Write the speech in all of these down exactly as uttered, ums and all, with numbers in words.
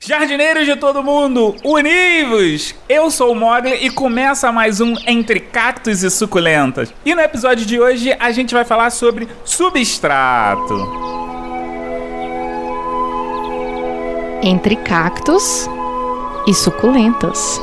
Jardineiros de todo mundo, univos! Eu sou o Mogli e começa mais um Entre Cactos e Suculentas. E no episódio de hoje a gente vai falar sobre substrato. Entre cactos e suculentas.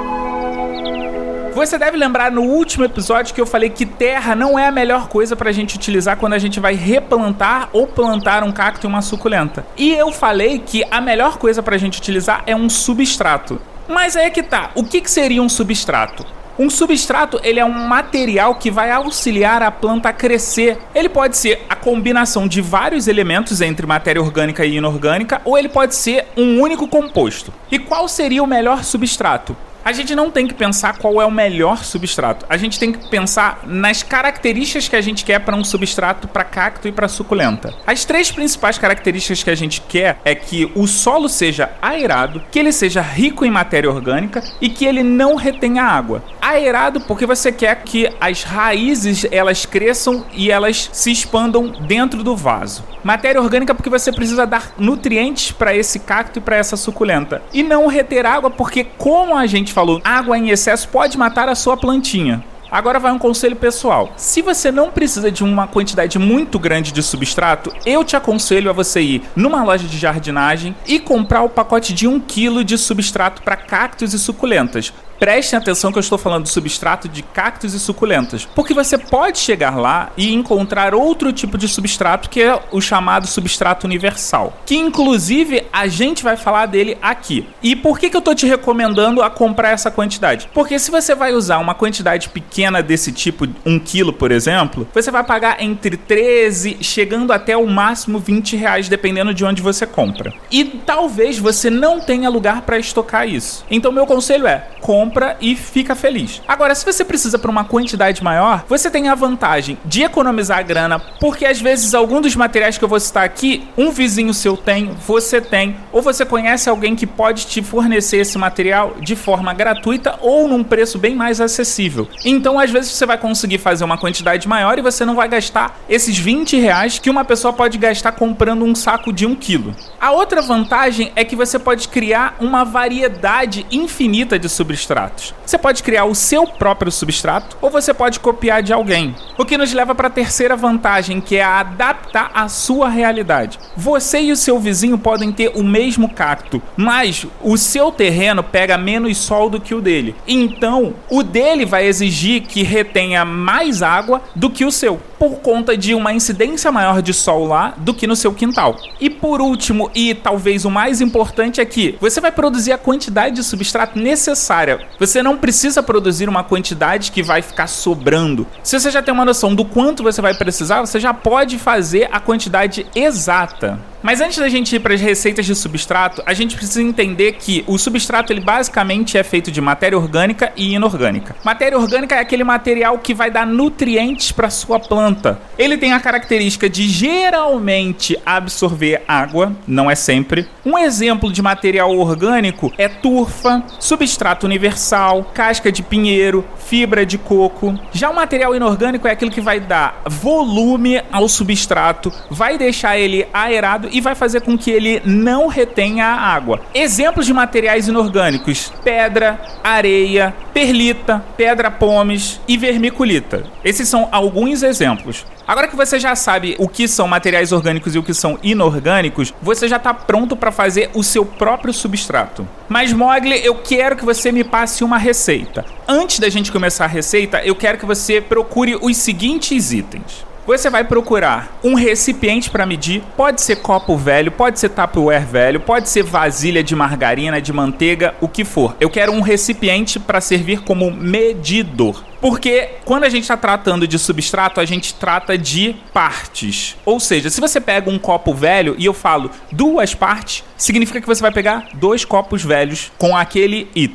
Você deve lembrar no último episódio que eu falei que terra não é a melhor coisa pra gente utilizar quando a gente vai replantar ou plantar um cacto e uma suculenta. E eu falei que a melhor coisa pra gente utilizar é um substrato. Mas aí é que tá, o que, que seria um substrato? Um substrato, ele é um material que vai auxiliar a planta a crescer. Ele pode ser a combinação de vários elementos entre matéria orgânica e inorgânica, ou ele pode ser um único composto. E qual seria o melhor substrato? A gente não tem que pensar qual é o melhor substrato. A gente tem que pensar nas características que a gente quer para um substrato para cacto e para suculenta. As três principais características que a gente quer é que o solo seja aerado, que ele seja rico em matéria orgânica e que ele não retenha água. Aerado porque você quer que as raízes elas cresçam e elas se expandam dentro do vaso. Matéria orgânica porque você precisa dar nutrientes para esse cacto e para essa suculenta. E não reter água porque, como a gente falou, água em excesso pode matar a sua plantinha. Agora vai um conselho pessoal. Se você não precisa de uma quantidade muito grande de substrato, eu te aconselho a você ir numa loja de jardinagem e comprar o pacote de um quilo de substrato para cactos e suculentas. Prestem atenção que eu estou falando de substrato de cactos e suculentas, porque você pode chegar lá e encontrar outro tipo de substrato que é o chamado substrato universal, que inclusive a gente vai falar dele aqui. E por que que eu estou te recomendando a comprar essa quantidade? Porque se você vai usar uma quantidade pequena desse tipo, um quilo por exemplo, você vai pagar entre treze, chegando até o máximo vinte reais, dependendo de onde você compra. E talvez você não tenha lugar para estocar isso. Então meu conselho é, compre compra e fica feliz. Agora, se você precisa para uma quantidade maior, você tem a vantagem de economizar a grana, porque às vezes algum dos materiais que eu vou citar aqui, um vizinho seu tem, você tem, ou você conhece alguém que pode te fornecer esse material de forma gratuita ou num preço bem mais acessível. Então, às vezes você vai conseguir fazer uma quantidade maior e você não vai gastar esses vinte reais que uma pessoa pode gastar comprando um saco de um quilo. A outra vantagem é que você pode criar uma variedade infinita de substratos. Você pode criar o seu próprio substrato ou você pode copiar de alguém. O que nos leva para a terceira vantagem, que é a adaptar a sua realidade. Você e o seu vizinho podem ter o mesmo cacto, mas o seu terreno pega menos sol do que o dele. Então, o dele vai exigir que retenha mais água do que o seu, por conta de uma incidência maior de sol lá do que no seu quintal. E por último, e talvez o mais importante, é que você vai produzir a quantidade de substrato necessária. Você não precisa produzir uma quantidade que vai ficar sobrando. Se você já tem uma noção do quanto você vai precisar, você já pode fazer a quantidade exata. Mas antes da gente ir para as receitas de substrato, a gente precisa entender que o substrato ele basicamente é feito de matéria orgânica e inorgânica. Matéria orgânica é aquele material que vai dar nutrientes para sua planta. Ele tem a característica de geralmente absorver água, não é sempre. Um exemplo de material orgânico é turfa, substrato universal, casca de pinheiro, fibra de coco. Já o material inorgânico é aquilo que vai dar volume ao substrato, vai deixar ele aerado e vai fazer com que ele não retenha a água. Exemplos de materiais inorgânicos: pedra, areia, perlita, pedra pómez e vermiculita. Esses são alguns exemplos. Agora que você já sabe o que são materiais orgânicos e o que são inorgânicos, você já está pronto para fazer o seu próprio substrato. Mas Mogli, eu quero que você me passe uma receita. Antes da gente começar a receita, eu quero que você procure os seguintes itens. Você vai procurar um recipiente para medir, pode ser copo velho, pode ser tupperware velho, pode ser vasilha de margarina, de manteiga, o que for. Eu quero um recipiente para servir como medidor. Porque quando a gente está tratando de substrato, a gente trata de partes. Ou seja, se você pega um copo velho e eu falo duas partes, significa que você vai pegar dois copos velhos com aquele item.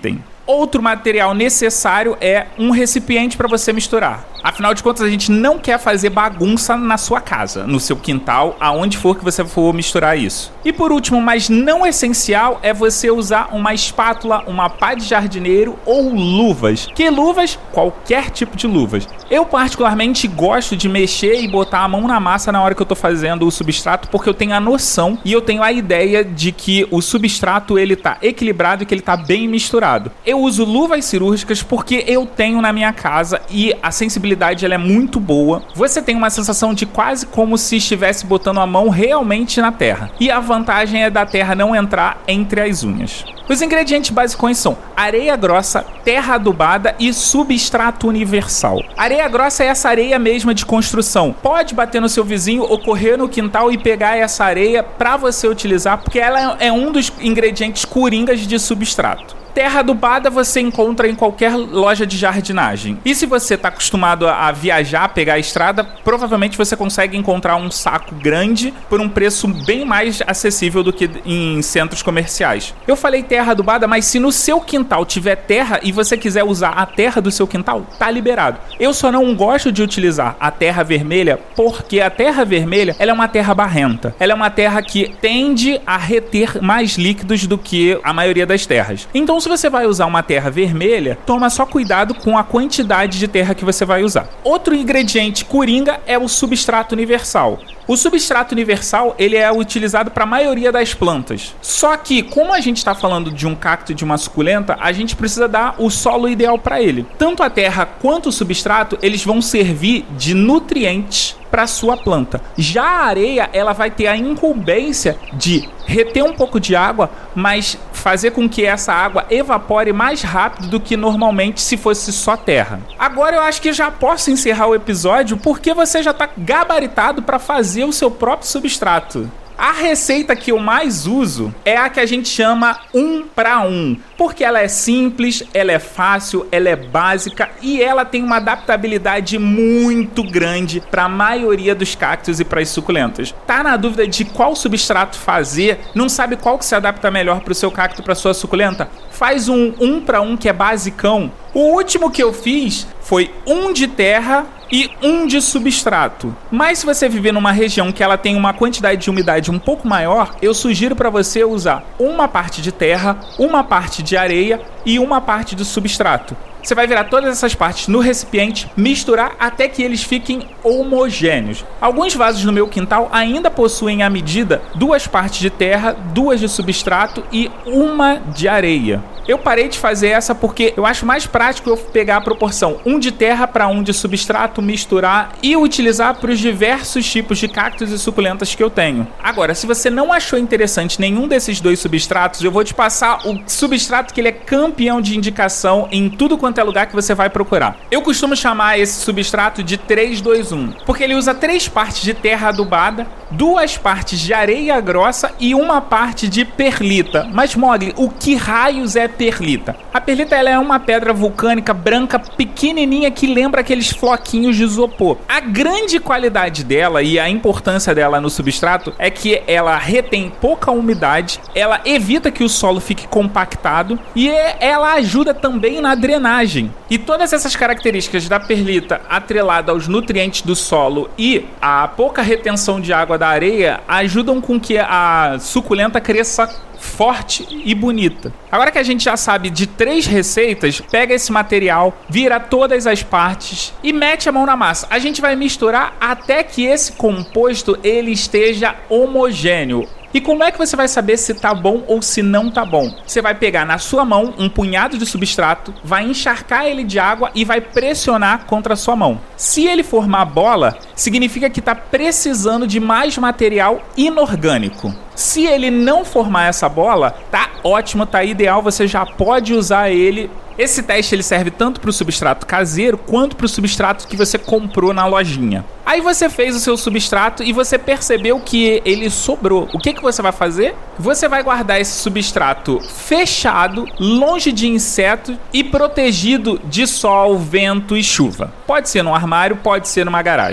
Outro material necessário é um recipiente para você misturar. Afinal de contas, a gente não quer fazer bagunça na sua casa, no seu quintal, aonde for que você for misturar isso. E por último, mas não essencial, é você usar uma espátula, uma pá de jardineiro ou luvas. Que luvas? Qualquer tipo de luvas. Eu particularmente gosto de mexer e botar a mão na massa na hora que eu tô fazendo o substrato, porque eu tenho a noção e eu tenho a ideia de que o substrato ele tá equilibrado e que ele tá bem misturado. Eu uso luvas cirúrgicas porque eu tenho na minha casa e a sensibilidade ela é muito boa. Você tem uma sensação de quase como se estivesse botando a mão realmente na terra. E a vantagem é da terra não entrar entre as unhas. Os ingredientes basicões são areia grossa, terra adubada e substrato universal. Areia grossa é essa areia mesma de construção. Pode bater no seu vizinho ou correr no quintal e pegar essa areia para você utilizar, porque ela é um dos ingredientes coringas de substrato. Terra adubada você encontra em qualquer loja de jardinagem. E se você está acostumado a viajar, pegar a estrada, provavelmente você consegue encontrar um saco grande por um preço bem mais acessível do que em centros comerciais. Eu falei terra adubada, mas se no seu quintal tiver terra e você quiser usar a terra do seu quintal, tá liberado. Eu só não gosto de utilizar a terra vermelha porque a terra vermelha ela é uma terra barrenta. Ela é uma terra que tende a reter mais líquidos do que a maioria das terras. Então, se você vai usar uma terra vermelha, toma só cuidado com a quantidade de terra que você vai usar. Outro ingrediente coringa é o substrato universal. O substrato universal ele é utilizado para a maioria das plantas. Só que, como a gente está falando de um cacto e de uma suculenta, a gente precisa dar o solo ideal para ele. Tanto a terra quanto o substrato, eles vão servir de nutrientes para sua planta. Já a areia, ela vai ter a incumbência de reter um pouco de água, mas fazer com que essa água evapore mais rápido do que normalmente se fosse só terra. Agora eu acho que já posso encerrar o episódio porque você já está gabaritado para fazer o seu próprio substrato. A receita que eu mais uso é a que a gente chama um para um, porque ela é simples, ela é fácil, ela é básica e ela tem uma adaptabilidade muito grande para a maioria dos cactos e para as suculentas. Tá na dúvida de qual substrato fazer? Não sabe qual que se adapta melhor para o seu cacto e para sua suculenta? Faz um um para um que é basicão. O último que eu fiz foi um de terra e um de substrato. Mas se você viver numa região que ela tem uma quantidade de umidade um pouco maior, eu sugiro para você usar uma parte de terra, uma parte de areia e uma parte do substrato. Você vai virar todas essas partes no recipiente, misturar até que eles fiquem homogêneos. Alguns vasos no meu quintal ainda possuem a medida duas partes de terra, duas de substrato e uma de areia. Eu parei de fazer essa porque eu acho mais prático eu pegar a proporção um de terra para um de substrato, misturar e utilizar para os diversos tipos de cactos e suculentas que eu tenho. Agora, se você não achou interessante nenhum desses dois substratos, eu vou te passar o substrato que ele é campeão de indicação em tudo quanto é lugar que você vai procurar. Eu costumo chamar esse substrato de três dois um, porque ele usa três partes de terra adubada, duas partes de areia grossa e uma parte de perlita. Mas, Mogli, o que raios é perlita? A perlita ela é uma pedra vulcânica branca pequenininha que lembra aqueles floquinhos de isopor. A grande qualidade dela e a importância dela no substrato é que ela retém pouca umidade, ela evita que o solo fique compactado e ela ajuda também na drenagem. E todas essas características da perlita atrelada aos nutrientes do solo e a pouca retenção de água da areia ajudam com que a suculenta cresça forte e bonita. Agora que a gente já sabe de três receitas, pega esse material, vira todas as partes e mete a mão na massa. A gente vai misturar até que esse composto ele esteja homogêneo. E como é que você vai saber se tá bom ou se não tá bom? Você vai pegar na sua mão um punhado de substrato, vai encharcar ele de água e vai pressionar contra a sua mão. Se ele formar bola, significa que tá precisando de mais material inorgânico. Se ele não formar essa bola, tá ótimo, tá ideal, você já pode usar ele. Esse teste ele serve tanto para o substrato caseiro quanto para o substrato que você comprou na lojinha. Aí você fez o seu substrato e você percebeu que ele sobrou. O que, que você vai fazer? Você vai guardar esse substrato fechado, longe de insetos e protegido de sol, vento e chuva. Pode ser no armário, pode ser numa garagem.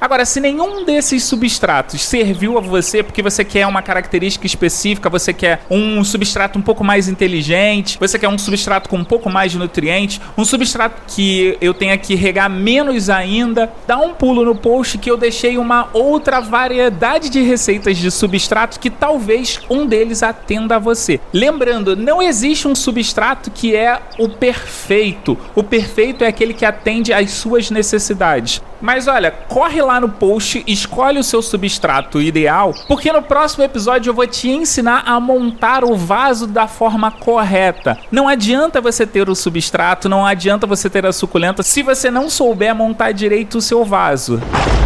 Agora, se nenhum desses substratos serviu a você porque você quer uma característica específica, você quer um substrato um pouco mais inteligente, você quer um substrato com um pouco mais de nutrientes, um substrato que eu tenha que regar menos ainda, dá um pulo no post que eu deixei uma outra variedade de receitas de substrato que talvez um deles atenda a você. Lembrando, não existe um substrato que é o perfeito. O perfeito é aquele que atende às suas necessidades. Mas olha, corre lá no post, escolhe o seu substrato ideal, porque no próximo episódio eu vou te ensinar a montar o vaso da forma correta. Não adianta você ter o substrato, não adianta você ter a suculenta se você não souber montar direito o seu vaso.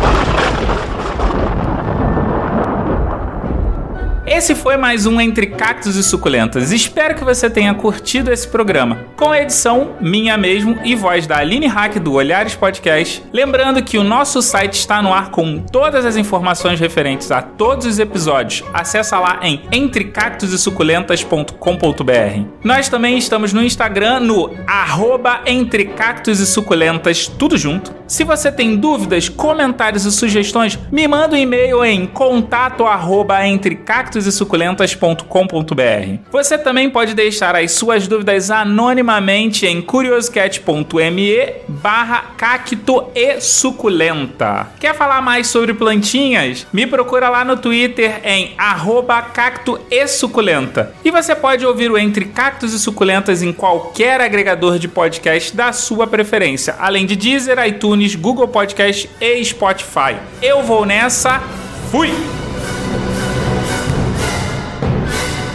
Esse foi mais um Entre Cactos e Suculentas. Espero que você tenha curtido esse programa. Com a edição minha mesmo e voz da Aline Hack do Olhares Podcast. Lembrando que o nosso site está no ar com todas as informações referentes a todos os episódios. Acesse lá em entre cactos e suculentas ponto com ponto b r. Nós também estamos no Instagram no arroba entre cactos e suculentas, tudo junto. Se você tem dúvidas, comentários e sugestões, me manda um e-mail em contato arroba entre cactos e suculentas ponto com ponto b r. Você também pode deixar as suas dúvidas anonimamente em curioscat ponto me barra cacto e suculenta. Quer falar mais sobre plantinhas? Me procura lá no Twitter em arroba cacto e suculenta. E você pode ouvir o Entre Cactos e Suculentas em qualquer agregador de podcast da sua preferência, além de Deezer, iTunes, Google Podcast e Spotify. Eu vou nessa, fui!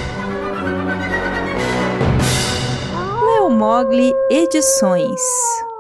Mogli Edições.